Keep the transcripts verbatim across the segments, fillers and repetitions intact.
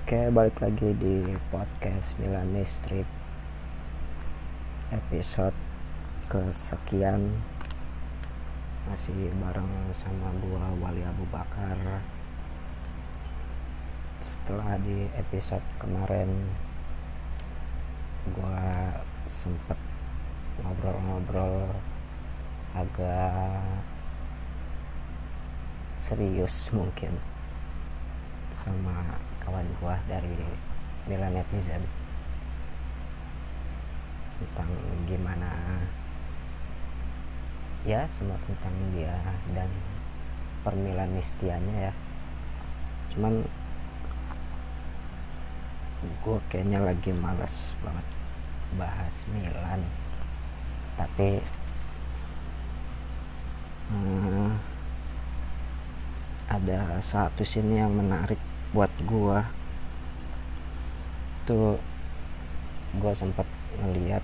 Oke, balik lagi di podcast Milanis Trip episode kesekian. Masih bareng sama gua Wali Abu Bakar. Setelah di episode kemarin gua sempet ngobrol-ngobrol agak serius mungkin sama kawan gua dari Milan Netizen tentang gimana ya, semua tentang dia dan permilanistiannya ya. Cuman gue kayaknya lagi males banget bahas Milan, tapi hmm, ada satu sini yang menarik buat gue tuh. Gue sempat ngeliat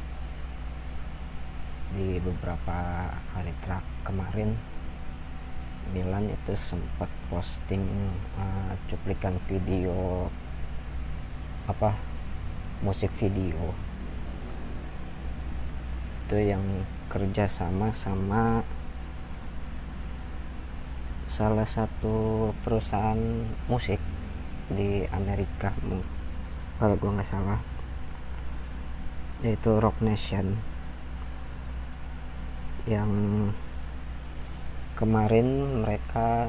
di beberapa hari terakhir kemarin Milan itu sempat posting uh, cuplikan video apa musik video itu yang kerja sama sama salah satu perusahaan musik di Amerika kalau gue nggak salah, yaitu Rock Nation, yang kemarin mereka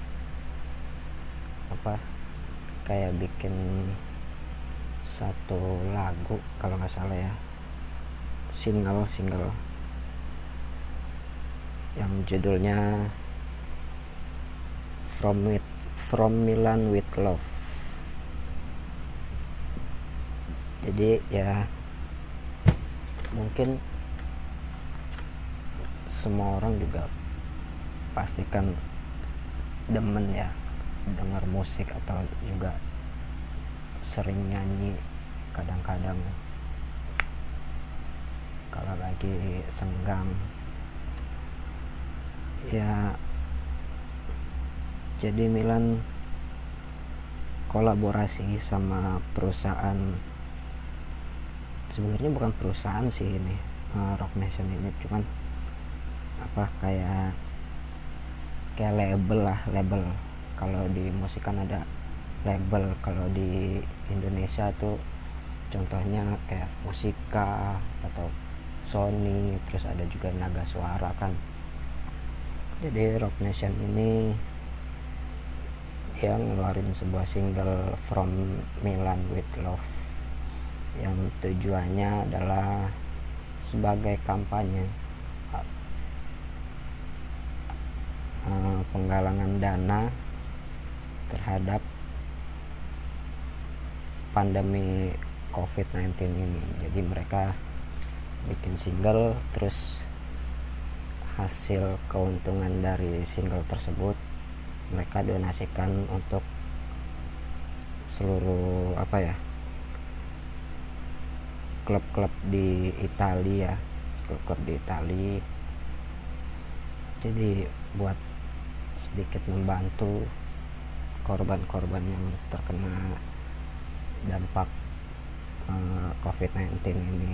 apa kayak bikin satu lagu kalau nggak salah ya, single single yang judulnya From with From Milan with Love. Jadi ya mungkin semua orang juga pastikan demen ya dengar musik atau juga sering nyanyi kadang-kadang kalau lagi senggang ya. Jadi Milan kolaborasi sama perusahaan, sebenarnya bukan perusahaan sih ini, Rock Nation ini cuman apa kayak kayak label lah, label. Kalau di musik kan ada label, kalau di Indonesia tuh contohnya kayak Musika atau Sony, terus ada juga Naga Suara kan. Jadi Rock Nation ini dia ngeluarin sebuah single From Milan with Love yang tujuannya adalah sebagai kampanye uh, penggalangan dana terhadap pandemi covid sembilan belas ini. Jadi mereka bikin single, terus hasil keuntungan dari single tersebut mereka donasikan untuk seluruh apa ya, klub-klub di Italia, klub-klub di Italia. Jadi buat sedikit membantu korban-korban yang terkena dampak uh, covid sembilan belas ini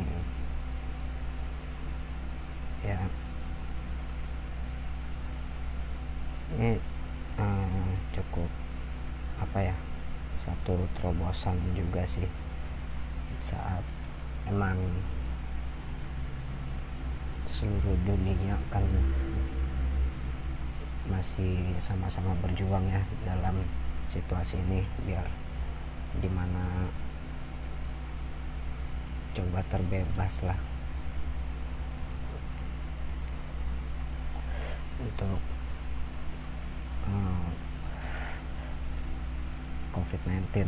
ya. Ini uh, cukup apa ya, satu terobosan juga sih saat emang seluruh dunia kan masih sama-sama berjuang ya dalam situasi ini, biar dimana coba terbebas lah untuk uh, covid sembilan belas.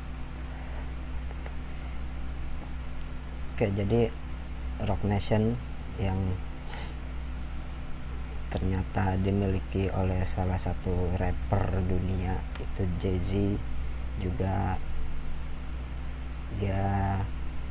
Oke, jadi Rock Nation yang ternyata dimiliki oleh salah satu rapper dunia itu Jay-Z, juga dia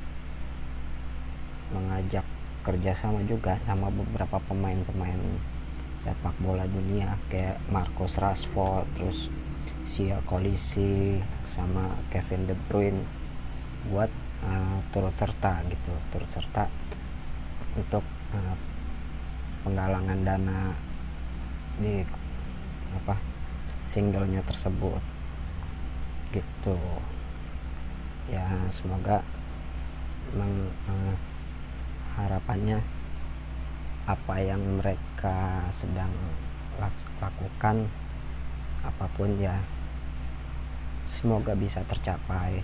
mengajak kerjasama juga sama beberapa pemain-pemain sepak bola dunia kayak Marcus Rashford, terus Sia Kolisi sama Kevin De Bruyne buat uh, turut serta gitu turut serta untuk uh, penggalangan dana di apa singlenya tersebut gitu ya. Semoga memang uh, harapannya apa yang mereka sedang lakukan apapun ya semoga bisa tercapai,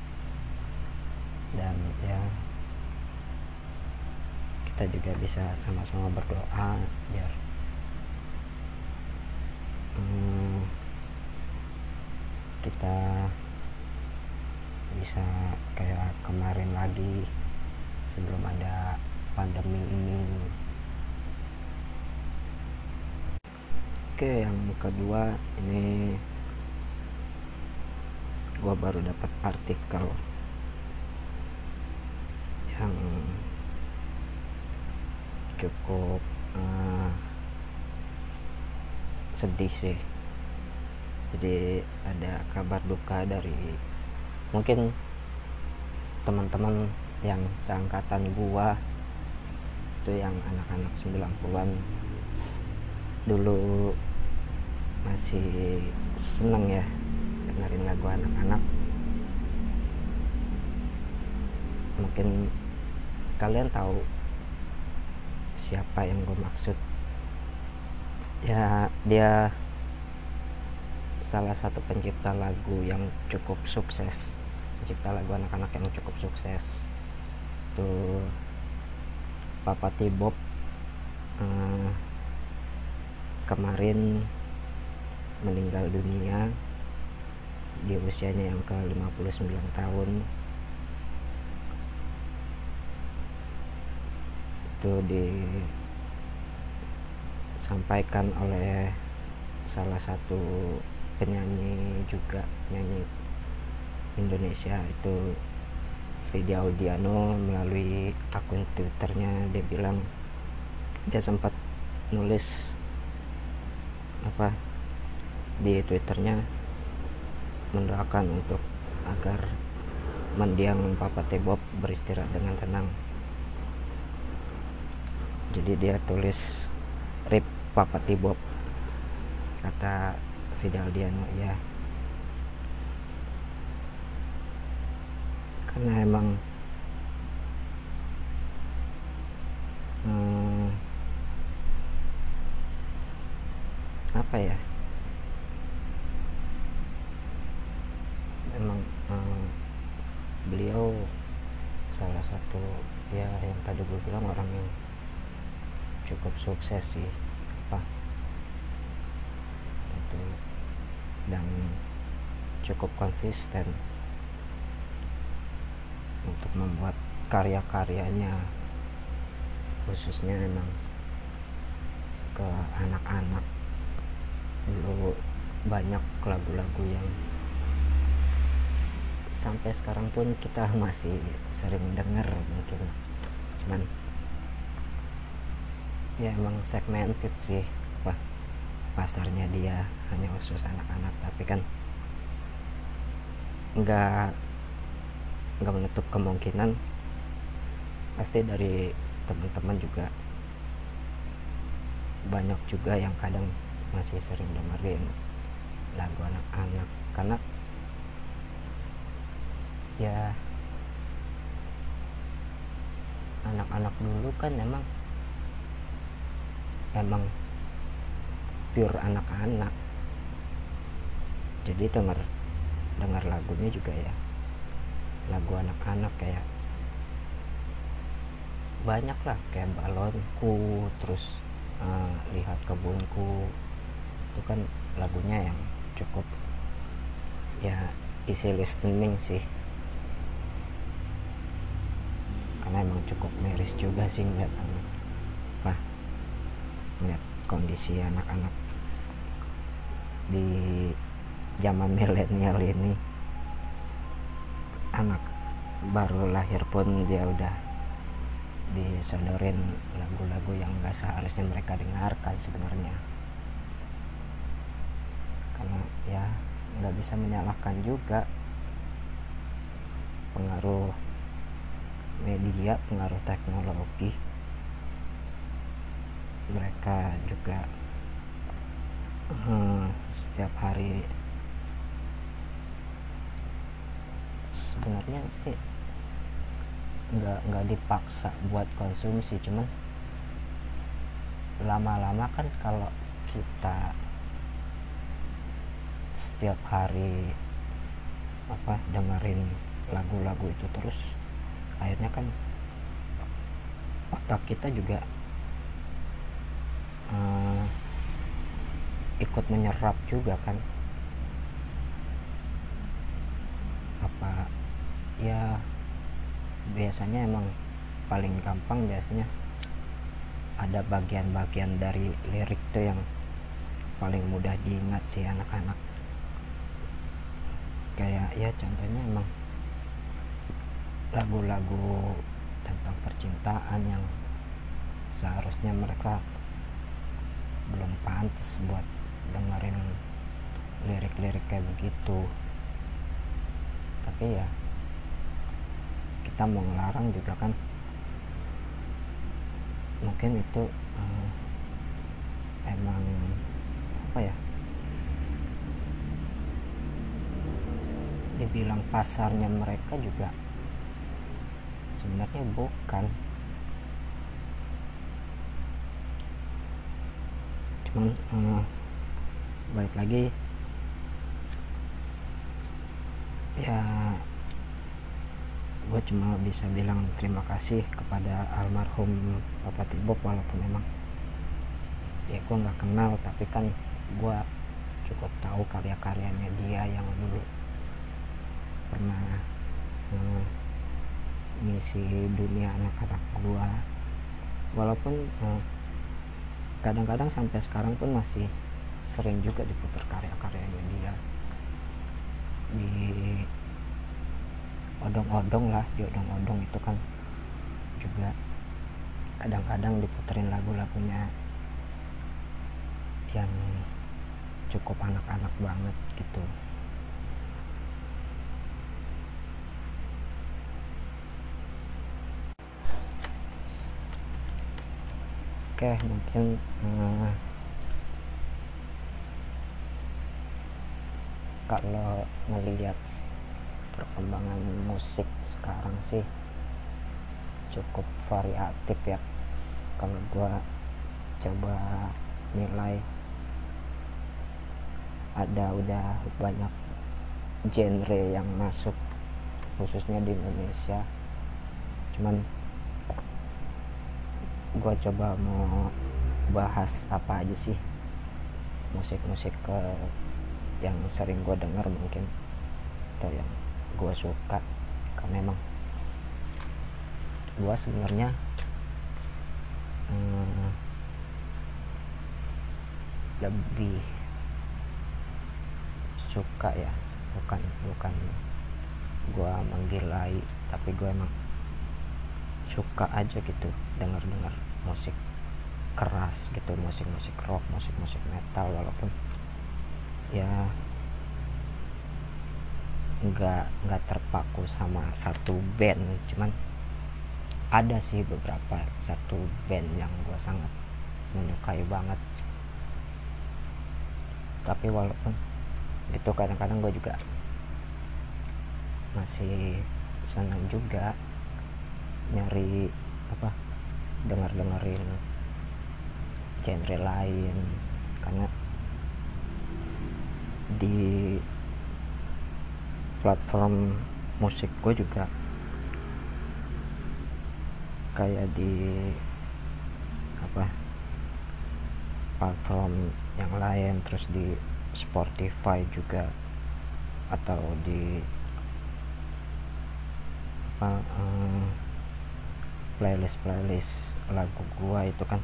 dan ya kita juga bisa sama-sama berdoa biar hmm, kita bisa kayak kemarin lagi sebelum ada pandemi ini. Oke, yang kedua ini gua baru dapat artikel yang cukup uh, sedih sih. Jadi ada kabar duka dari mungkin teman-teman yang seangkatan gua itu yang anak-anak sembilan puluhan dulu masih seneng ya dengerin lagu anak-anak. Mungkin kalian tahu siapa yang gue maksud ya, dia salah satu pencipta lagu yang cukup sukses, pencipta lagu anak-anak yang cukup sukses tuh Papa T-Bob. uh, kemarin meninggal dunia di usianya yang ke lima puluh sembilan tahun. Itu disampaikan oleh salah satu penyanyi juga, penyanyi Indonesia itu Vidi Audiano. Melalui akun Twitternya dia bilang, dia sempat nulis apa di Twitternya mendoakan untuk agar mendiang Papa T-Bob beristirahat dengan tenang. Jadi dia tulis R I P Papa T-Bob, kata Vidi Audiano ya. Karena emang hmm, apa ya, emang hmm, beliau salah satu ya yang tadi gue bilang orang yang cukup sukses sih apa itu, dan cukup konsisten untuk membuat karya-karyanya, khususnya emang ke anak-anak. Dulu banyak lagu-lagu yang sampai sekarang pun kita masih sering denger mungkin, cuman ya emang segmented sih apa pasarnya, dia hanya khusus anak-anak. Tapi kan nggak nggak menutup kemungkinan pasti dari teman-teman juga banyak juga yang kadang masih sering dengerin lagu anak-anak, karena ya anak-anak dulu kan emang emang pure anak-anak, jadi denger dengar lagunya juga ya lagu anak-anak, kayak banyak lah, kayak Balonku, terus uh, Lihat Kebunku, itu kan lagunya yang cukup ya easy listening sih, karena emang cukup miris juga sih ngeliat anak apa ngeliat kondisi anak-anak di zaman milenial ini. Anak baru lahir pun dia udah disodorin lagu-lagu yang gak seharusnya mereka dengarkan sebenarnya, karena ya nggak bisa menyalahkan juga pengaruh media, pengaruh teknologi. Mereka juga hmm, setiap hari sebenarnya sih nggak nggak dipaksa buat konsumsi, cuman lama-lama kan kalau kita setiap hari apa dengerin lagu-lagu itu terus, akhirnya kan otak kita juga uh, ikut menyerap juga kan. Apa ya, biasanya emang paling gampang biasanya ada bagian-bagian dari lirik tuh yang paling mudah diingat sih anak-anak. Kayak ya contohnya emang lagu-lagu tentang percintaan yang seharusnya mereka belum pantas buat dengerin lirik-lirik kayak begitu. Tapi ya kita mau ngelarang juga kan mungkin itu uh, emang apa ya, dibilang pasarnya mereka juga sebenarnya bukan, cuman uh, balik lagi ya, gue cuma bisa bilang terima kasih kepada almarhum Bapak T-Bob, walaupun memang ya gue nggak kenal, tapi kan gue cukup tahu karya-karyanya dia yang dulu pernah uh, ngisi dunia anak-anak gue. Walaupun uh, kadang-kadang sampai sekarang pun masih sering juga diputar karya-karyanya dia di odong-odong lah, di odong-odong itu kan juga kadang-kadang diputerin lagu-lagunya yang cukup anak-anak banget gitu. Oke, mungkin uh, kalau melihat perkembangan musik sekarang sih cukup variatif ya. Kalau gue coba nilai, ada udah banyak genre yang masuk khususnya di Indonesia. Cuman gue coba mau bahas apa aja sih musik-musik ke yang sering gue denger mungkin, atau yang gue suka. Karena emang gue sebenarnya hmm, lebih suka ya, bukan bukan gue menggilai, tapi gue emang suka aja gitu denger-denger musik keras gitu, musik-musik rock, musik-musik metal. Walaupun ya nggak nggak terpaku sama satu band, cuman ada sih beberapa satu band yang gue sangat menyukai banget. Tapi walaupun itu kadang-kadang gue juga masih senang juga nyari apa, denger-dengerin genre lain, karena di platform musik gue juga kayak di apa platform yang lain, terus di Spotify juga, atau di apa um, playlist playlist lagu gua itu kan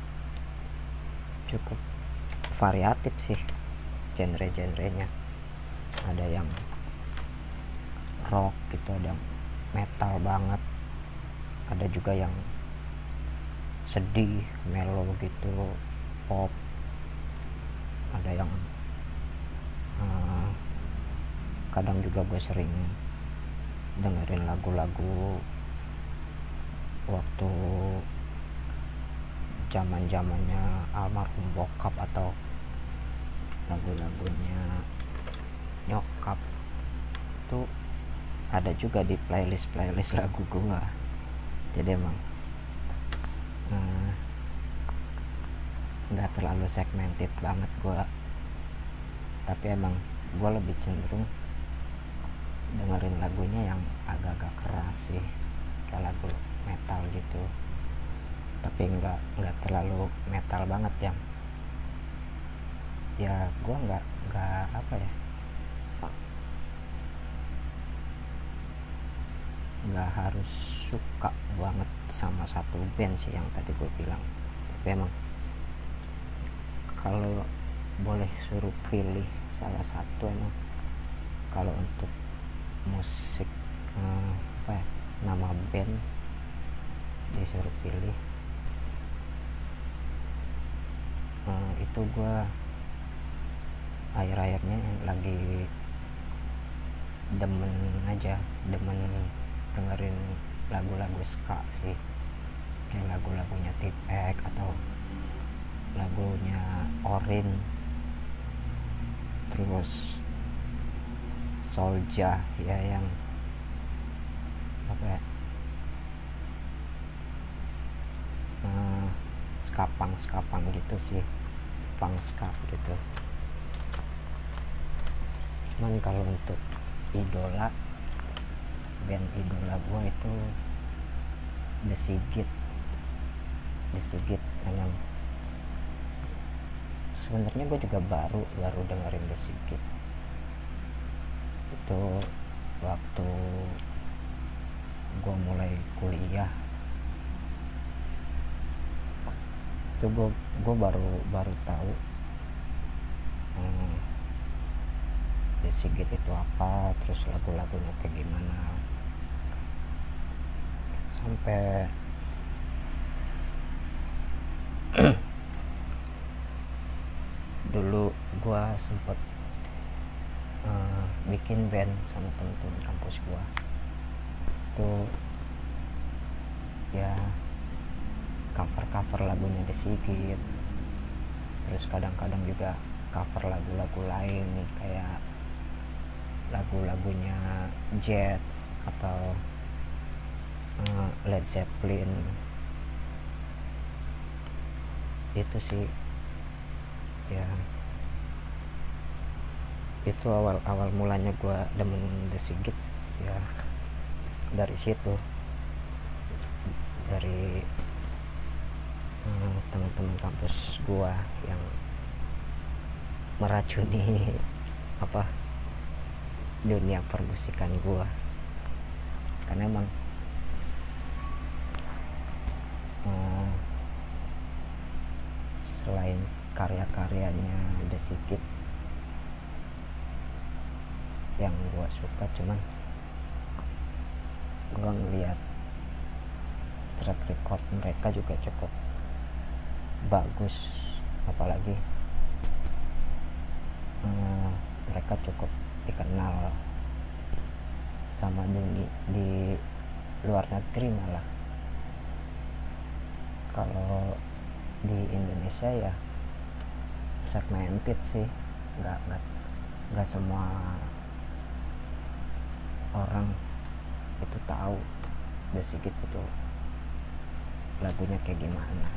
cukup variatif sih genre-genrenya. Ada yang rock gitu, ada yang metal banget, ada juga yang sedih, mellow gitu, pop, ada yang uh, kadang juga gue sering dengerin lagu-lagu waktu zaman zamannya almarhum bokap atau lagu-lagunya nyokap tuh ada juga di playlist playlist lagu gue. Jadi emang nggak uh, terlalu segmented banget gue, tapi emang gue lebih cenderung dengerin lagunya yang agak-agak keras sih, kayak lagu metal gitu, tapi nggak nggak terlalu metal banget yang ya gue nggak nggak apa ya nggak harus suka banget sama satu band sih yang tadi gue bilang. Tapi emang kalau boleh suruh pilih salah satu, emang kalau untuk musik eh, apa ya, nama band disuruh pilih eh, itu gue akhir-akhirnya lagi demen aja demen dengerin lagu-lagu ska sih, kayak lagu-lagunya Tipek atau lagunya Orin, terus Soulja ya, yang apa ya uh, skapang skapang gitu sih, punk ska gitu. Cuman kalau untuk idola, band idola gue itu The Sigit. The Sigit memang sebenarnya gue juga baru baru dengerin The Sigit itu waktu gue mulai kuliah. Itu gue gue baru baru tahu hmm, The Sigit itu apa, terus lagu-lagunya kayak gimana, sampai dulu gue sempet uh, bikin band sama temen-temen kampus gue. Itu ya cover-cover lagunya The Sigit, terus kadang-kadang juga cover lagu-lagu lain kayak lagu-lagunya Jet atau uh, Led Zeppelin. Itu sih ya, itu awal awal mulanya gue demen The Sigit ya, dari situ, dari hmm, teman-teman kampus gue yang meracuni apa dunia permusikan gue. Karena emang hmm, selain karya-karyanya The Sigit yang gue suka, cuman gue ngeliat track record mereka juga cukup bagus, apalagi hmm, mereka cukup dikenal sama dunia di luar negeri malah. Kalau di Indonesia ya segmented sih, nggak nggak nggak semua orang itu tahu The Sigit itu lagunya kayak gimana.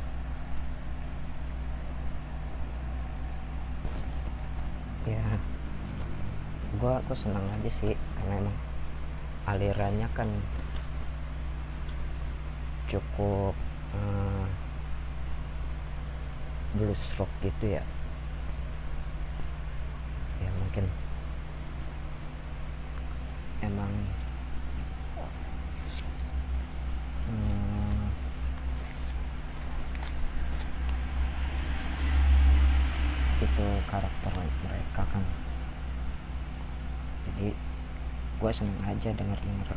Ya gue aku senang aja sih, karena emang alirannya kan cukup uh, blues rock gitu ya. Ya mungkin emang hmm, itu karakter mereka kan, jadi gue seneng aja denger denger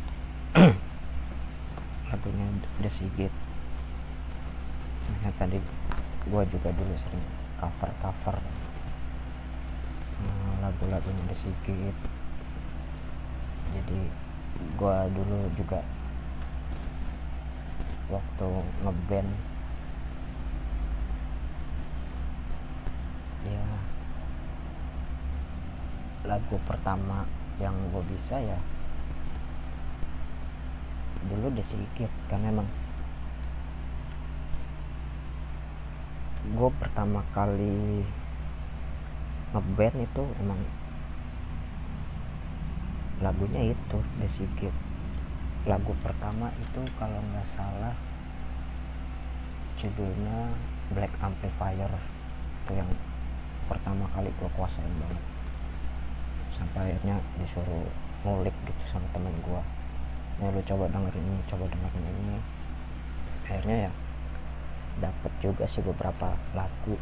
lagunya The Sigit. Nah, tadi gue juga dulu sering cover cover hmm, lagu-lagunya The Sigit, Jadi gue dulu juga waktu ngeband ya, lagu pertama yang gue bisa ya dulu The Sigit, karena emang gue pertama kali ngeband itu emang lagunya itu The Sigit. Lagu pertama itu kalau nggak salah judulnya Black Amplifier, itu yang pertama kali gue kuasain banget, sampai akhirnya disuruh ngulik gitu sama temen gue, ya lu coba dengerin ini, coba dengerin ini. Akhirnya ya dapet juga sih beberapa lagu.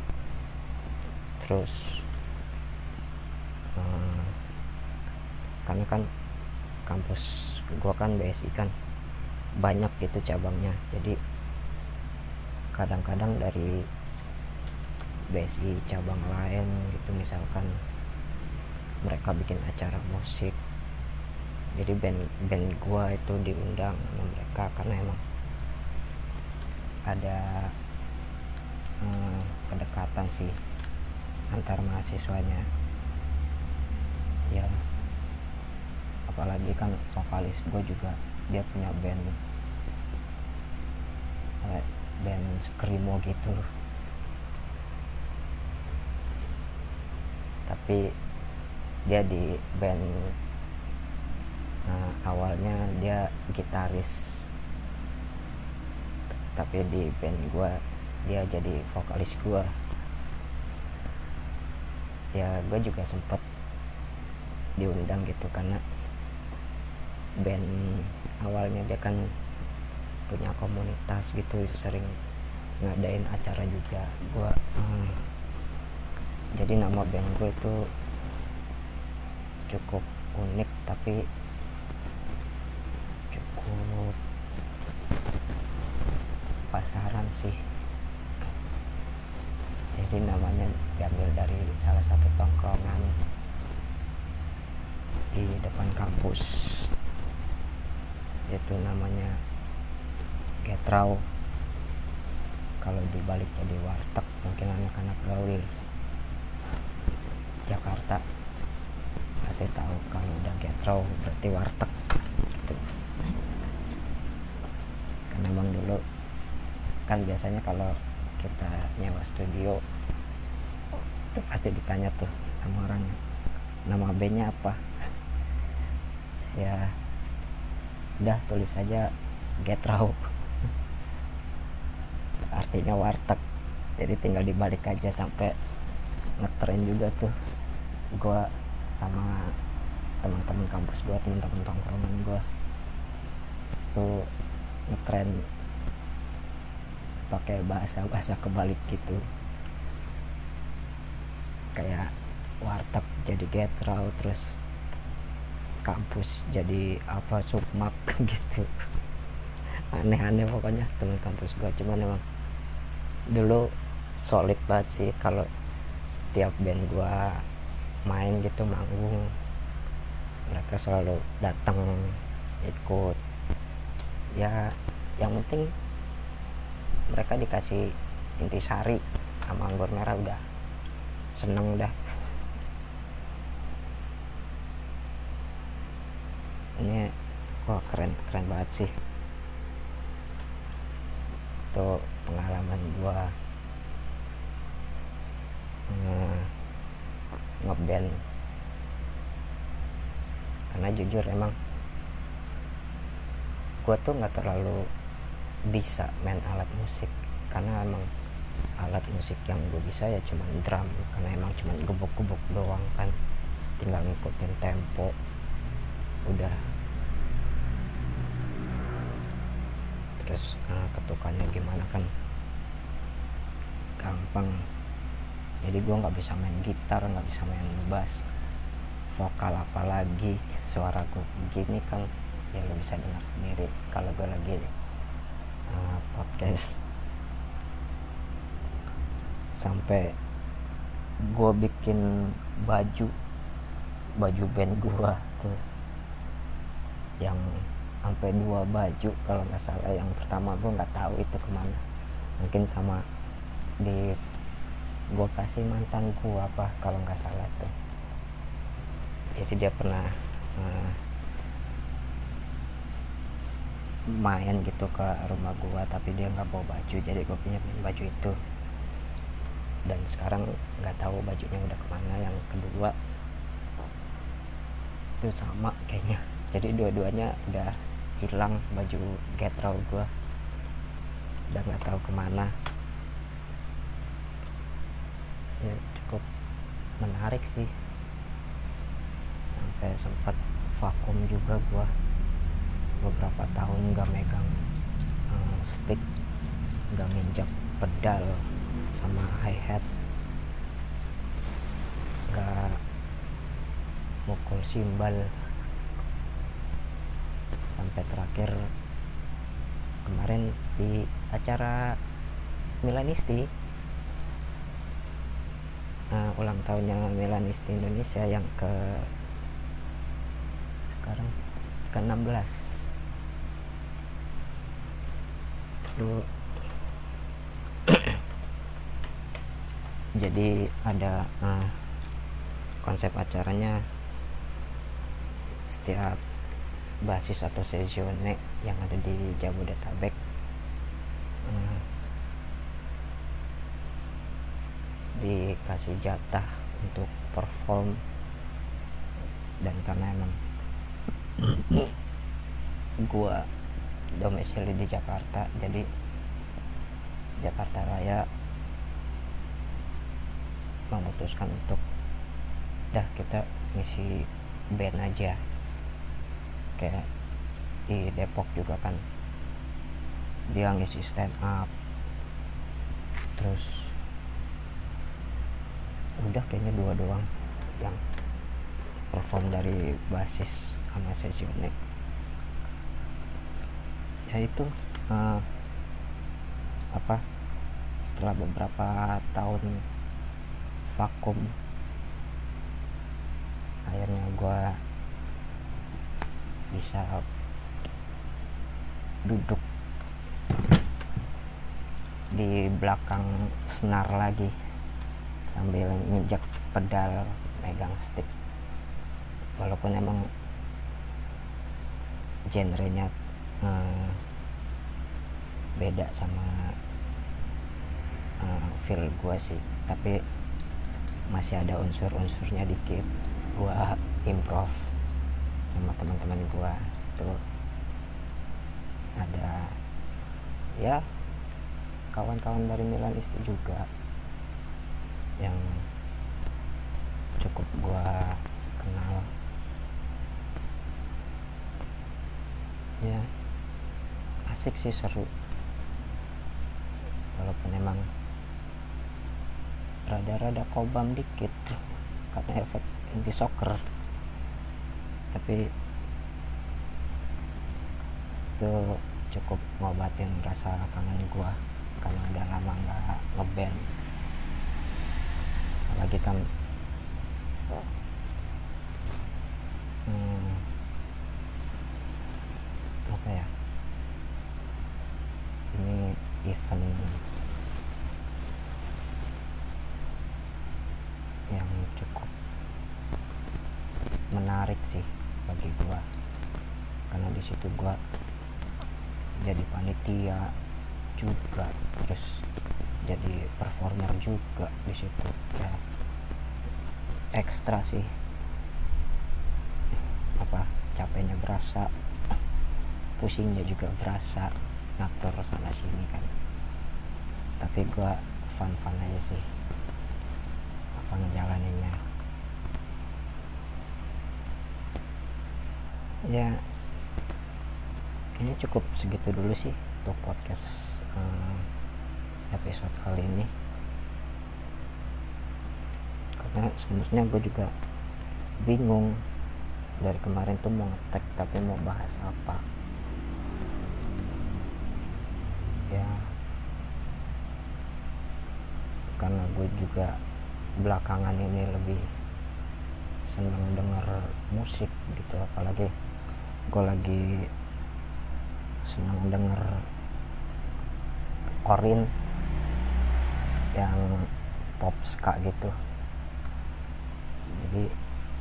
Terus hmm, karena kan kampus gua kan B S I kan banyak gitu cabangnya, jadi kadang-kadang dari B S I cabang lain gitu, misalkan mereka bikin acara musik, jadi band band gua itu diundang sama mereka karena emang ada hmm, kedekatan sih antar mahasiswanya ya. Apalagi kan vokalis gue juga dia punya band band screamo gitu, tapi dia di band uh, awalnya dia gitaris, tapi di band gue dia jadi vokalis gue ya. Gue juga sempet diundang gitu karena band awalnya dia kan punya komunitas gitu, sering ngadain acara juga. Gua hmm, jadi nama band gue itu cukup unik tapi cukup pasaran sih. Jadi namanya diambil dari salah satu tongkrongan di depan kampus, itu namanya Getrau. Kalau dibalik jadi warteg, mungkin anak-anak gaul Jakarta pasti tahu kalau udah Getrau berarti warteg gitu. Karena emang dulu kan biasanya kalau kita nyewa studio itu pasti ditanya tuh sama orangnya, nama bandnya apa ya udah tulis aja Getrau artinya warteg, jadi tinggal dibalik aja. Sampai ngetren juga tuh gue sama teman-teman kampus gue, teman-teman tongkrongan gue tuh ngetren pakai bahasa-bahasa kebalik gitu, kayak warteg jadi Getrau, terus kampus jadi apa Sukmak gitu, aneh-aneh pokoknya teman kampus gue. Cuman emang dulu solid banget sih, kalau tiap band gue main gitu manggung mereka selalu datang ikut ya. Yang penting mereka dikasih intisari sama anggur merah udah seneng dah. Ini wah keren keren banget sih, itu pengalaman gua hmm, ngeband. Karena jujur emang gua tuh nggak terlalu bisa main alat musik, karena emang alat musik yang gue bisa ya cuman drum, karena emang cuman gebuk-gebuk doang kan, tinggal ngikutin tempo udah. Terus uh, ketukannya gimana kan gampang. Jadi gue nggak bisa main gitar, nggak bisa main bass, vokal apalagi suara gue gini kan ya lo bisa dengar sendiri kalau gue lagi uh, podcast. Sampai gue bikin baju baju band gue tuh yang sampai dua baju kalau nggak salah. Yang pertama gue nggak tahu itu kemana, mungkin sama di gue kasih mantan gue apa kalau nggak salah tuh. Jadi dia pernah uh, main gitu ke rumah gue, tapi dia nggak bawa baju, jadi gue pinjemin baju itu. Dan sekarang nggak tahu bajunya udah kemana. Yang kedua itu sama kayaknya, jadi dua-duanya udah hilang baju getro gue, udah nggak tahu kemana. Ya cukup menarik sih, sampai sempat vakum juga gue beberapa tahun nggak megang uh, stick, nggak nginjak pedal sama hi-hat, nggak mukul simbal, sampai terakhir kemarin di acara Milanisti, uh, ulang tahunnya Milanisti Indonesia yang ke sekarang ke enam belas itu. Jadi ada uh, konsep acaranya, setiap basis atau sesione yang ada di Jabodetabek uh, dikasih jatah untuk perform. Dan karena emang gua domisili di Jakarta, jadi Jakarta Raya memutuskan untuk dah kita ngisi band aja. Kayak di Depok juga kan dia ngisi stand up, terus udah kayaknya dua doang yang perform dari basis sama sesionek. Ya itu uh, apa setelah beberapa tahun vakum, akhirnya gue bisa duduk di belakang senar lagi sambil nginjak pedal, megang stick. Walaupun emang genrenya uh, beda sama uh, feel gue sih, tapi masih ada unsur-unsurnya dikit. Gue improv sama teman-teman gue tuh, ada ya kawan-kawan dari Milanisti juga yang cukup gue kenal. Ya asik sih, seru, walaupun emang rada-rada kobam dikit karena efek anti soccer, tapi itu cukup ngobatin rasa kangen gua karena udah lama nggak ngeband. Apalagi kan hmm, apa ya, ini event yang cukup menarik sih bagi gua, karena di situ gua jadi panitia juga, terus jadi performer juga di situ. Ya ekstra sih, apa capeknya berasa, pusingnya juga berasa, ngatur sana sini kan. Tapi gua fun-fun aja sih apa ngejalaninnya. Ya kayaknya cukup segitu dulu sih untuk podcast uh, episode kali ini, karena sebenarnya gue juga bingung dari kemarin tuh mau nge-tag tapi mau bahas apa. Ya karena gue juga belakangan ini lebih seneng denger musik gitu, apalagi gue lagi senang denger Orin yang pop ska gitu. Jadi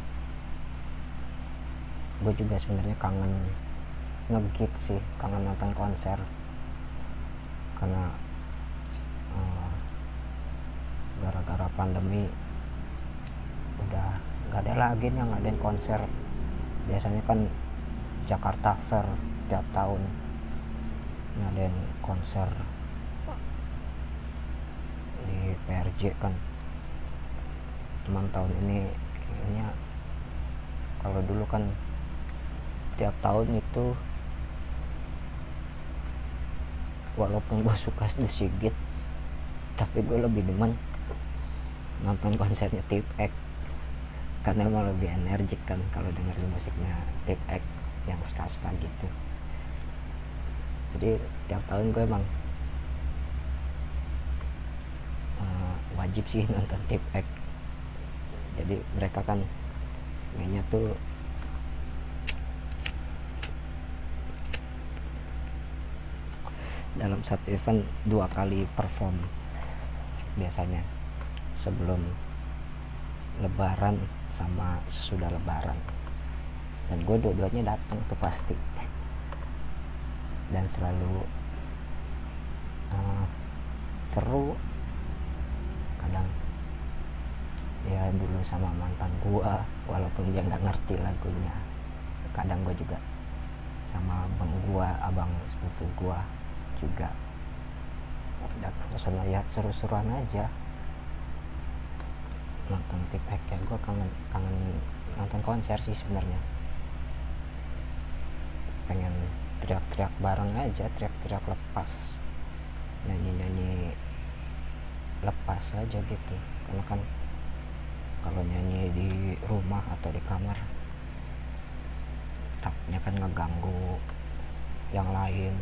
gue juga sebenarnya kangen nge-gig sih, kangen nonton konser, karena uh, gara-gara pandemi udah gak ada lagi yang ngadain konser. Biasanya kan Jakarta Fair tiap tahun ngadain konser di P R J kan, cuman tahun ini kayaknya, kalau dulu kan tiap tahun itu walaupun gue suka The Sigit, tapi gue lebih demen nonton konsernya Tip X karena emang lebih energik kan kalau dengerin musiknya Tip X yang ska-ska gitu. Jadi tiap tahun gue emang uh, wajib sih nonton Tip X. Jadi mereka kan mainnya tuh dalam satu event dua kali perform biasanya, sebelum lebaran sama sesudah lebaran, dan gue dua-duanya datang tuh pasti, dan selalu uh, seru. Kadang ya dulu sama mantan gue, walaupun dia nggak ngerti lagunya. Kadang gue juga sama abang gue, abang sepupu gue juga datang ke sana, ya seru-seruan aja nonton Tip X. Ya gue kangen kangen nonton konser sih sebenarnya, pengen teriak-teriak bareng aja, teriak-teriak lepas, nyanyi-nyanyi lepas aja gitu. Karena kan kalau nyanyi di rumah atau di kamar takutnya kan ngeganggu yang lain.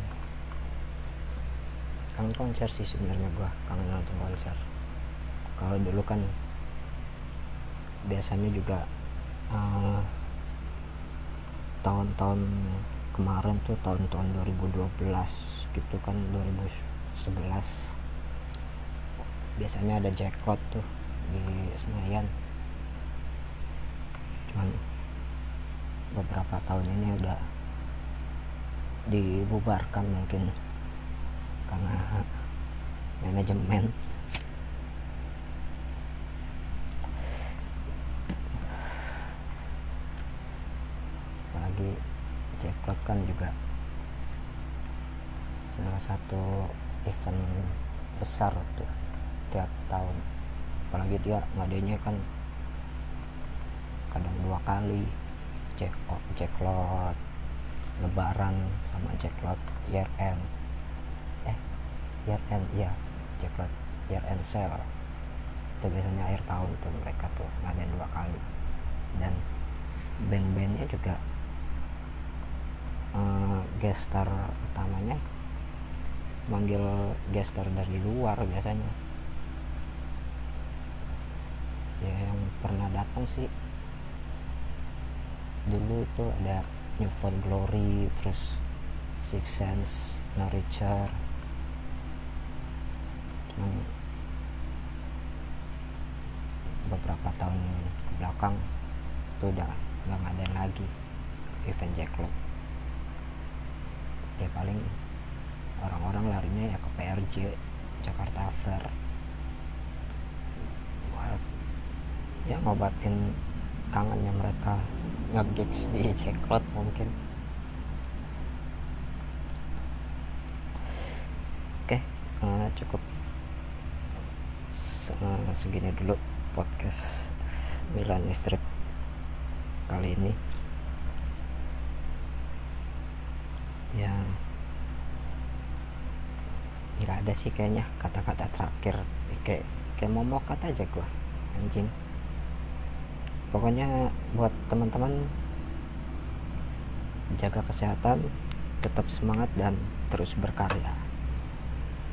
Kangen konser sih sebenarnya, gue kangen nonton konser. Kalau dulu kan biasanya juga uh, tahun-tahun kemarin tuh, tahun-tahun dua ribu dua belas gitu kan, dua ribu sebelas biasanya ada Jacklot tuh di Senayan. Cuman beberapa tahun ini udah dibubarkan mungkin karena manajemen. Apalagi Jacklot kan juga salah satu event besar tuh tiap tahun, apalagi dia ngadainnya kan kadang dua kali, Jacklot, Jacklot lebaran sama Jacklot year end eh year end ya Jacklot year end sale. Itu biasanya akhir tahun tuh mereka tuh ngadain dua kali, dan band-bandnya juga uh, guest star utamanya manggil guest star dari luar biasanya. Ya yang pernah datang sih dulu itu ada New Found Glory, terus Six Sense, No Richer. Cuman beberapa tahun ke belakang itu udah nggak ngadain lagi event Jacklot. Ya paling orang-orang larinya ya ke P R J, Jakarta Fair, buat ya ngobatin kangennya mereka nge-gigs di Jacklot mungkin. Oke, uh, cukup uh, segini dulu podcast Milan Strip kali ini. Ya nggak ada sih kayaknya kata-kata terakhir, kayak kayak momokat aja gua anjing. Pokoknya buat teman-teman, jaga kesehatan, tetap semangat dan terus berkarya.